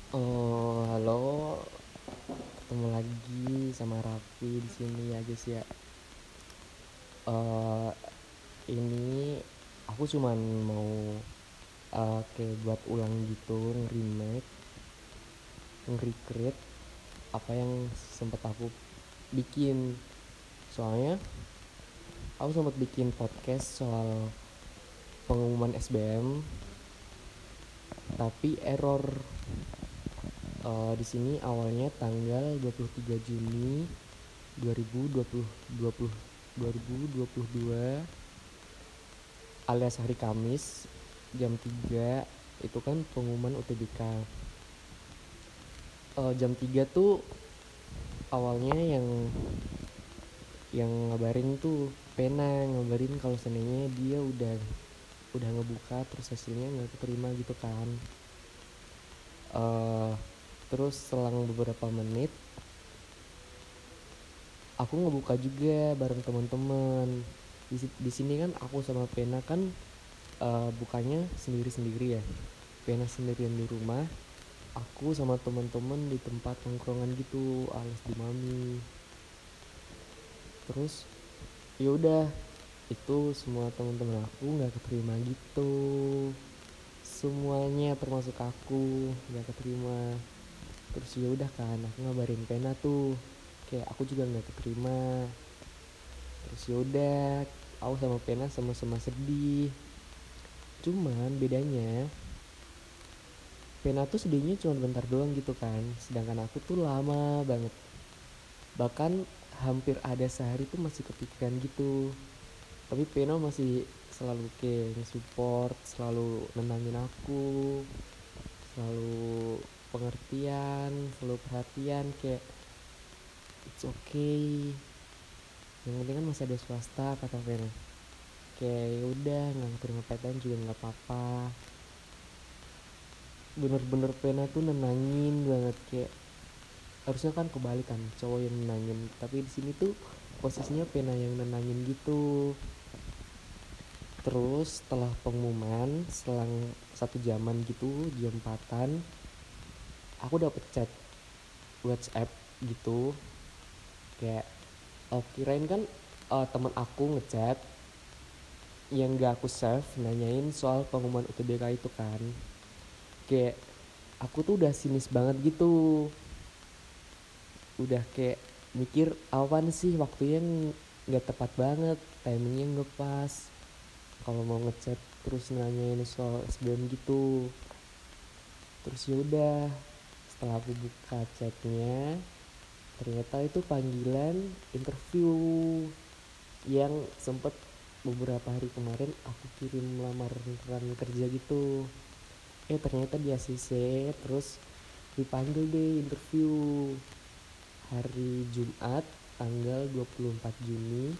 Oh, halo. Ketemu lagi sama Raffi di sini ya, guys ya. Eh, ini aku cuman mau kayak buat ulang gitu, nge-remake, nge-recreate apa yang sempat aku bikin. Soalnya aku sempat bikin podcast soal pengumuman SBM, tapi error. Di sini awalnya tanggal 23 Juni 2020 20 2022 alias hari Kamis jam 3 itu kan pengumuman UTBK. Jam 3 tuh awalnya yang ngabarin tuh Pena ngabarin kalau seandainya dia udah ngebuka terus hasilnya nggak keterima gitu kan. eh Terus selang beberapa menit aku ngebuka juga bareng teman-teman. Di sini kan aku sama Pena kan bukanya sendiri-sendiri ya. Pena sendirian di rumah, aku sama teman-teman di tempat nongkrongan gitu alias di Mami. Terus ya udah, itu semua teman-teman aku nggak keterima gitu, semuanya termasuk aku nggak keterima. Terus ya udah kan aku ngabarin Pena tuh kayak aku juga nggak keterima. Terus ya udah, aku sama Pena sama-sama sedih. Cuman bedanya Pena tuh sedihnya cuma bentar doang gitu kan, sedangkan aku tuh lama banget, bahkan hampir ada sehari tuh masih kepikiran gitu. Tapi Pena masih selalu kayak nge-support, selalu nenangin aku, selalu pengertian, selalu perhatian, kayak it's okay, yang penting kan masih ada swasta kata Pena. Kayak ya udah nggak terima PTN juga nggak apa-apa. Bener-bener Pena tuh nenangin banget, kayak harusnya kan kebalik kan cowok yang nenangin, tapi di sini tuh posisinya Pena yang nenangin gitu. Terus setelah pengumuman selang 1 jaman gitu, jam 4-an, aku dapet chat WhatsApp gitu. Kayak kirain kan teman aku ngechat yang gak aku save nanyain soal pengumuman UTBK itu kan. Kayak aku tuh udah sinis banget gitu, udah kayak mikir awan sih waktunya nggak tepat banget, timingnya nggak pas kalau mau ngechat terus nanyain soal SBM gitu. Terus yaudah, setelah aku buka chatnya ternyata itu panggilan interview yang sempet beberapa hari kemarin aku kirim lamaran kerja gitu. Ternyata di ACC, terus dipanggil deh interview hari Jumat tanggal 24 Juni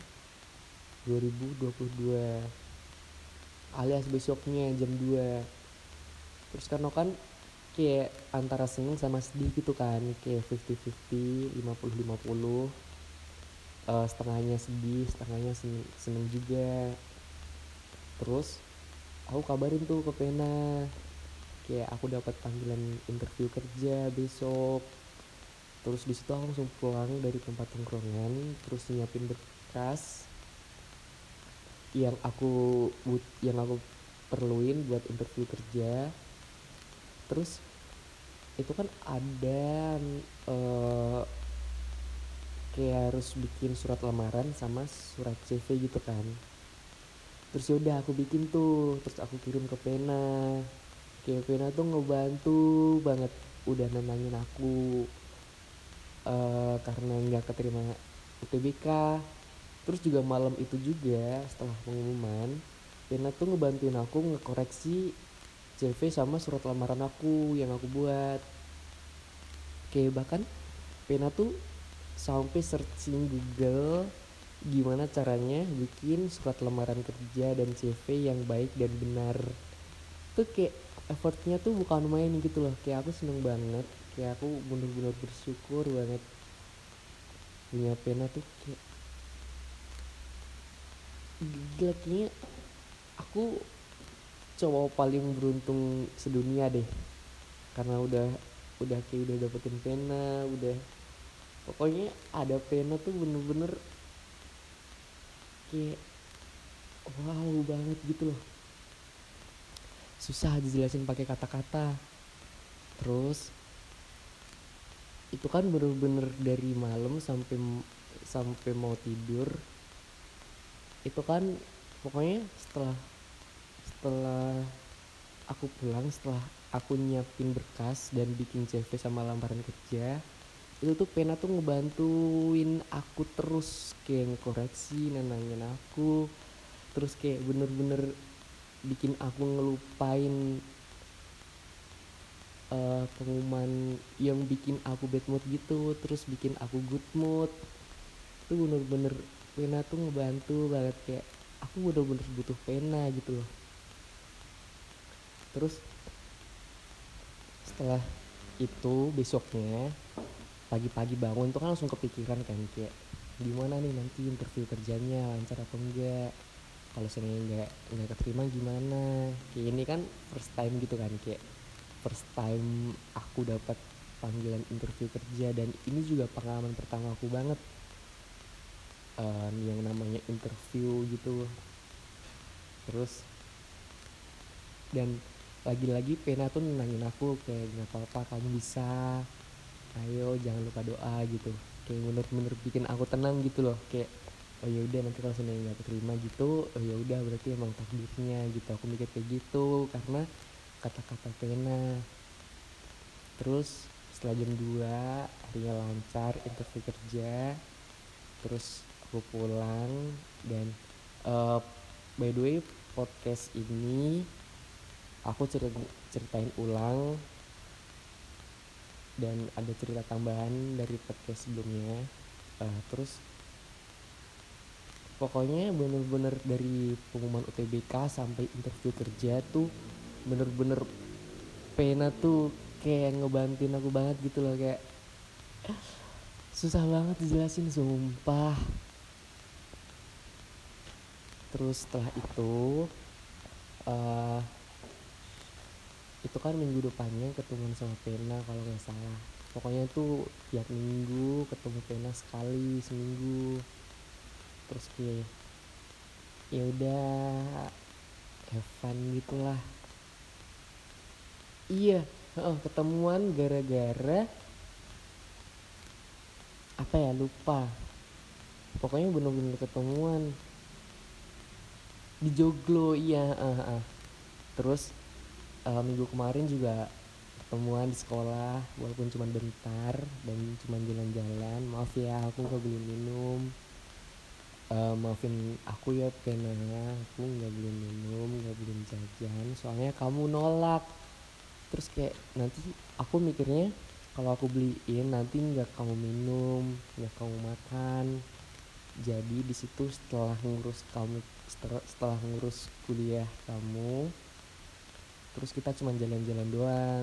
2022 alias besoknya jam 2. Terus karena kan kayak antara seneng sama sedih gitu kan, kayak 50-50, 50-50. Setengahnya sedih, setengahnya seneng juga. Terus aku kabarin tuh ke Pena kayak aku dapat panggilan interview kerja besok. Terus di situ aku langsung pulang dari tempat tongkrongan, terus nyiapin berkas yang aku perluin buat interview kerja. Terus itu kan ada eh, kayak harus bikin surat lamaran sama surat CV gitu kan. Terus yaudah aku bikin tuh, terus aku kirim ke Pena. Kayak Pena tuh ngebantu banget, udah nenangin aku karena nggak keterima UTBK. Terus juga malam itu juga setelah pengumuman, Pena tuh ngebantuin aku ngekoreksi CV sama surat lamaran aku yang aku buat. Kayak bahkan Pena tuh sampai searching Google gimana caranya bikin surat lamaran kerja dan CV yang baik dan benar. Tuh kayak effortnya tuh bukan main gitu loh. Kayak aku seneng banget, kayak aku bener-bener bersyukur banget punya Pena tuh. Kayak gila, kayaknya aku cowok paling beruntung sedunia deh, karena udah udah kayak udah dapetin pena, udah pokoknya ada pena tuh bener-bener kayak wow banget gitu loh, susah dijelasin pakai kata-kata. Terus itu kan bener-bener dari malam sampai sampai mau tidur itu kan, pokoknya setelah setelah aku pulang, setelah aku nyiapin berkas dan bikin CV sama lamaran kerja, itu tuh pena tuh ngebantuin aku terus kayak ngekoreksi, nenangin aku, terus kayak bener-bener bikin aku ngelupain pengumuman yang bikin aku bad mood gitu, terus bikin aku good mood. Itu bener-bener pena tuh ngebantu banget, kayak aku bener-bener butuh pena gitu loh. Terus setelah itu besoknya pagi-pagi bangun tuh kan langsung kepikiran kan, kayak gimana nih nanti interview kerjanya lancar atau enggak, kalau seandainya nggak keterima gimana. Kayak ini kan first time gitu kan, kayak first time aku dapat panggilan interview kerja, dan ini juga pengalaman pertama aku banget yang namanya interview gitu. Terus dan lagi-lagi pena tuh nanya aku kayak nggak apa-apa, kamu bisa, ayo jangan lupa doa gitu, kayak bener-bener bikin aku tenang gitu loh, kayak oh ya udah nanti kalau seandainya nggak keterima gitu, oh ya udah berarti emang takdirnya gitu, aku mikir kayak gitu karena kata-kata pena. Terus setelah jam 2 harinya lancar interview kerja, terus aku pulang. Dan uh, by the way, podcast ini aku ceritain ulang dan ada cerita tambahan dari podcast sebelumnya. Terus pokoknya bener-bener dari pengumuman UTBK sampai interview kerja tuh bener-bener pena tuh kayak ngebantuin aku banget gitu loh, kayak susah banget dijelasin sumpah. Terus setelah uh, itu kan minggu depannya ketemuan sama pena kalau nggak salah, pokoknya tuh tiap minggu ketemu pena sekali seminggu. Terus kayak ya udah have fun gitulah. Iya, ketemuan gara-gara apa ya, lupa, pokoknya bener-bener ketemuan di Joglo. Iya. Terus minggu kemarin juga ketemuan di sekolah walaupun cuma bentar dan cuma jalan-jalan. Maaf ya aku gak beli minum, maafin aku ya pena, aku nggak beli minum, nggak beli jajan soalnya kamu nolak. Terus kayak nanti aku mikirnya kalau aku beliin nanti nggak kamu minum, nggak kamu makan. Jadi di situ setelah ngurus kamu, setelah ngurus kuliah kamu, terus kita cuma jalan-jalan doang.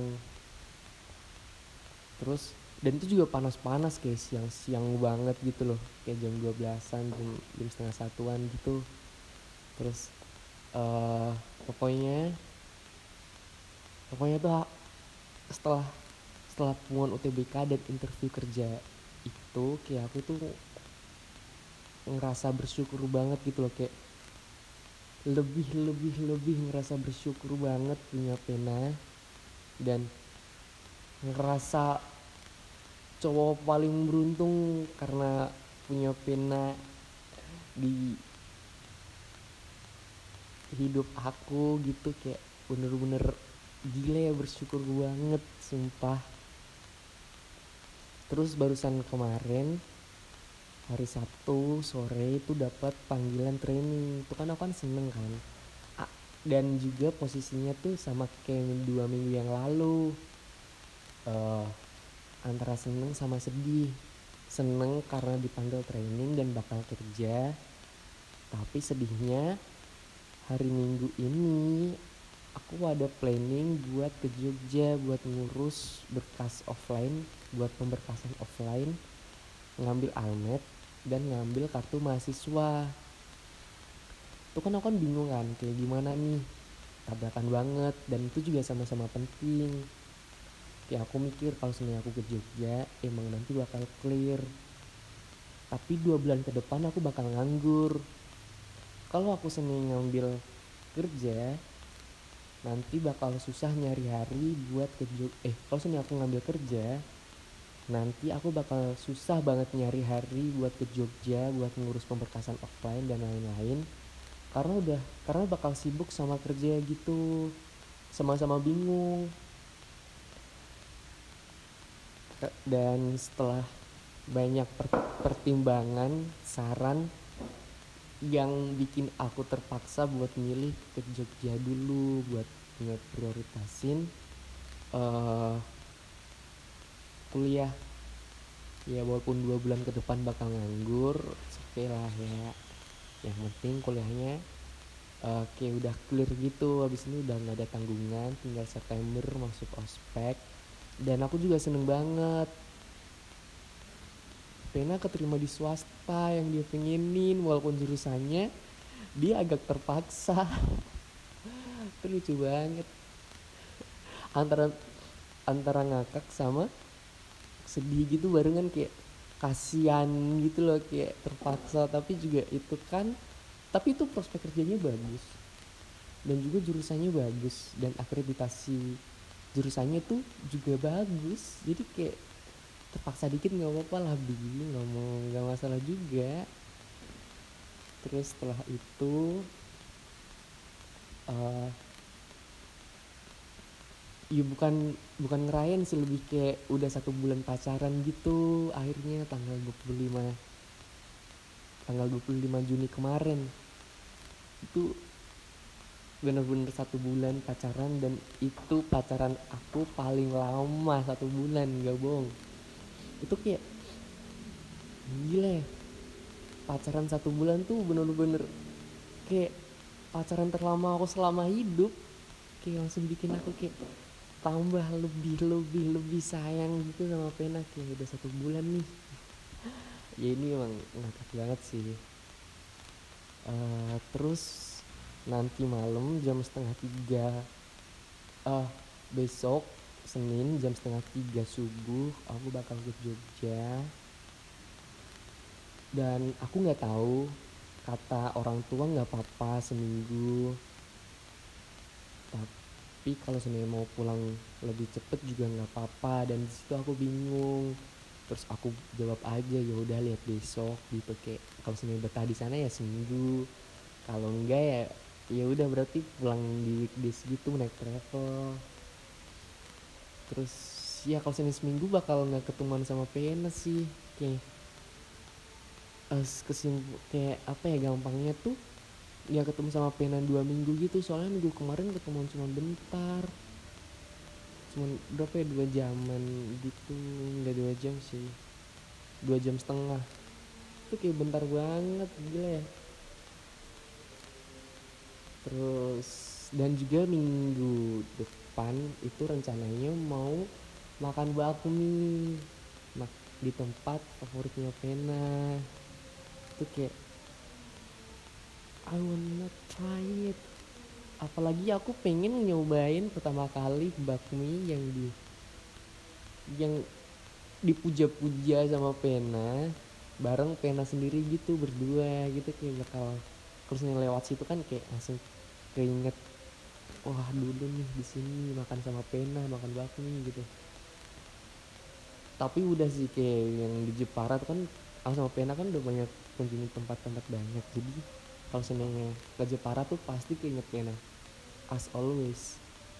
Terus dan itu juga panas-panas kayak siang-siang banget gitu loh, kayak jam 12-an, jam setengah satuan gitu. Terus uh, pokoknya pokoknya tuh setelah setelah pengumuman UTBK dan interview kerja itu, kayak aku tuh ngerasa bersyukur banget gitu loh, kayak lebih ngerasa bersyukur banget punya pena, dan ngerasa cowok paling beruntung karena punya pena di hidup aku gitu, kayak bener-bener gila ya, bersyukur banget sumpah. Terus barusan kemarin hari Sabtu sore itu dapat panggilan training, itu kan aku kan seneng kan. Dan juga posisinya tuh sama kayak 2 minggu yang lalu, uh, antara seneng sama sedih. Seneng karena dipanggil training dan bakal kerja, tapi sedihnya hari Minggu ini aku ada planning buat ke Jogja buat ngurus berkas offline, buat pemberkasan offline, ngambil almet dan ngambil kartu mahasiswa. Tuh kan aku kan bingung kan kayak gimana nih, tabrakan banget, dan itu juga sama-sama penting. Kayak aku mikir kalau sebenarnya aku ke Jogja emang nanti bakal clear, tapi 2 bulan ke depan aku bakal nganggur. Kalau aku sebenarnya ngambil kerja, nanti bakal susah nyari hari buat ke Jogja. Kalau sebenarnya aku ngambil kerja, nanti aku bakal susah banget nyari hari buat ke Jogja buat ngurus pemberkasan offline dan lain-lain, karena bakal sibuk sama kerja gitu, sama-sama bingung. Dan setelah banyak pertimbangan, saran, yang bikin aku terpaksa buat milih ke Jogja dulu buat ngeprioritasin uh, kuliah. Ya walaupun 2 bulan ke depan bakal nganggur, oke lah ya. Yang penting kuliahnya kayak udah clear gitu, habis ini udah nggak ada tanggungan, tinggal September masuk ospek. Dan aku juga seneng banget Pena keterima di swasta yang dia pengenin, walaupun jurusannya dia agak terpaksa. Itu lucu banget, antara antara ngakak sama sedih gitu barengan, kayak kasihan gitu loh, kayak terpaksa tapi juga itu kan, tapi itu prospek kerjanya bagus dan juga jurusannya bagus dan akreditasi jurusannya tuh juga bagus, jadi kayak terpaksa dikit nggak apa-apa lah, bingung nggak masalah juga. Terus setelah itu uh, ya bukan ngerayain sih, lebih kayak udah 1 bulan pacaran gitu akhirnya tanggal 25 Juni kemarin. Itu bener-bener 1 bulan pacaran, dan itu pacaran aku paling lama 1 bulan, gak bohong. Itu kayak gila ya, pacaran 1 bulan tuh bener-bener kayak pacaran terlama aku selama hidup. Kayak langsung bikin aku kayak tambah lebih sayang gitu sama Pena, kayak udah 1 bulan nih. Ya ini emang ngakak banget sih. Terus nanti malam jam setengah 3, besok Senin jam setengah 3 subuh aku bakal ke Jogja. Dan aku nggak tahu, kata orang tua nggak apa-apa seminggu, tapi kalau sebenarnya mau pulang lebih cepet juga nggak apa-apa. Dan disitu aku bingung, terus aku jawab aja ya udah lihat besok gitu, kayak kalau sebenarnya betah di sana ya seminggu, kalau enggak ya ya udah berarti pulang di weekdays gitu naik travel. Terus ya kalau senin seminggu bakal nggak ketemuan sama Pena sih, kayak kayak apa ya, gampangnya tuh nggak ketemu sama Pena 2 minggu gitu, soalnya minggu kemarin ketemuan cuma bentar, cuma berapa ya, 2 jaman gitu, nggak 2 jam sih, 2 jam setengah. Itu kayak bentar banget, gila ya. Terus dan juga minggu depan itu rencananya mau makan bakmi di tempat favoritnya Pena. Itu kayak I wanna try it, apalagi aku pengen nyobain pertama kali bakmi yang dipuja-puja sama Pena, bareng Pena sendiri gitu, berdua gitu, kayak bakal terus lewat situ kan kayak langsung keinget, wah dulu nih di sini makan sama Pena makan bakmi gitu. Tapi udah sih kayak yang di Jepara tuh kan aku sama Pena kan udah banyak kunjungi tempat-tempat banyak, jadi kalau senengnya ke Jepara tuh pasti keinget Pena as always.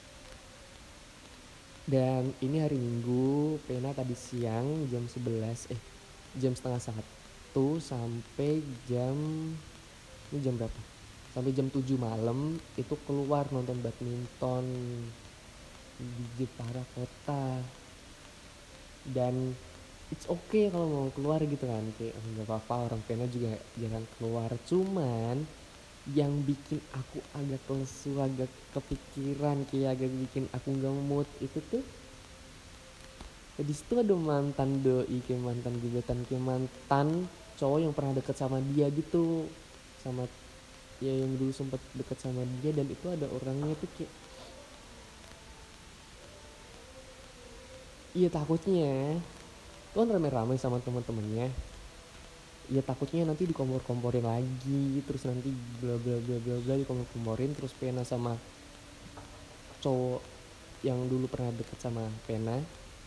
Dan ini hari Minggu, Pena tadi siang jam setengah 1 sampai jam, ini jam berapa, sampai jam 7 malam itu keluar nonton badminton di Jepara kota. Dan it's okay kalau mau keluar gitu kan, kayak nggak apa-apa, orang Pena juga jarang keluar. Cuman yang bikin aku agak lesu, agak kepikiran, kayak agak bikin aku nggak mood itu tuh, di situ ada mantan doi, kayak mantan gebetan, kayak mantan cowok yang pernah deket sama dia gitu, sama ya yang dulu sempet deket sama dia. Dan itu ada orangnya tuh kayak Iya takutnya tuh kan rame-rame sama teman-temannya. Iya takutnya nanti dikompor-komporin lagi, terus nanti bla bla bla bla bla dikompor-komporin, terus Pena sama cowok yang dulu pernah deket sama Pena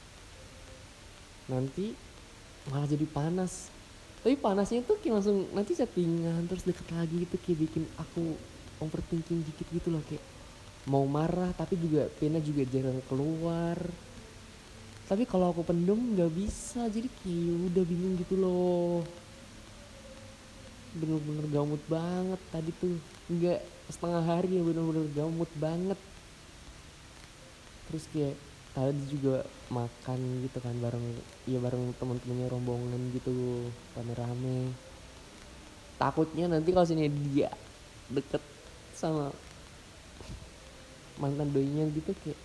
nanti malah jadi panas. Tapi panasnya tuh kayak langsung nanti settingan terus deket lagi gitu, kayak bikin aku overthinking dikit gitu loh, kayak mau marah tapi juga Pena juga jarang keluar. Tapi kalau aku pendem nggak bisa, jadi kayak udah bingung gitu loh. Bener-bener gamut banget tadi tuh, nggak setengah hari ya, bener-bener gamut banget. Terus kayak tadi juga makan gitu kan bareng, ya bareng teman-temannya rombongan gitu rame-rame. Takutnya nanti kalau sini dia deket sama mantan doinya gitu, kayak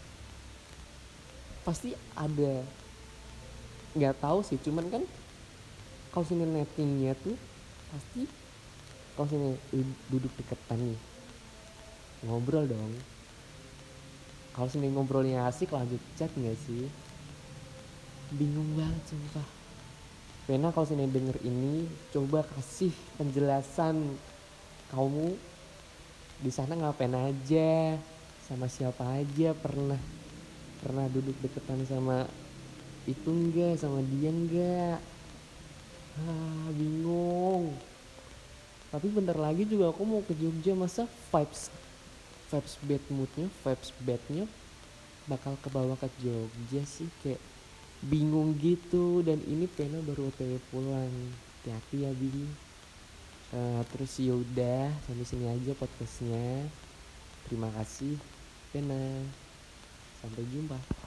pasti ada, nggak tahu sih, cuman kan kalau sini nettingnya tuh pasti kalau sini duduk deketan nih ngobrol dong. Kalau sini ngobrolnya asik lanjut chat nggak sih? Bingung banget sumpah. Pena kalau sini denger ini coba kasih penjelasan, kamu di sana ngapain aja, sama siapa aja, pernah pernah duduk deketan sama itu enggak, sama dia enggak. Bingung. Tapi bentar lagi juga aku mau ke Jogja, masa vibes vibes bad moodnya, vibes badnya bakal ke bawah ke Jogja sih, kayak bingung gitu. Dan ini Pena baru OTW pulang, hati-hati ya Bing. Terus yaudah sampai sini aja podcastnya. Terima kasih Pena, sampai jumpa.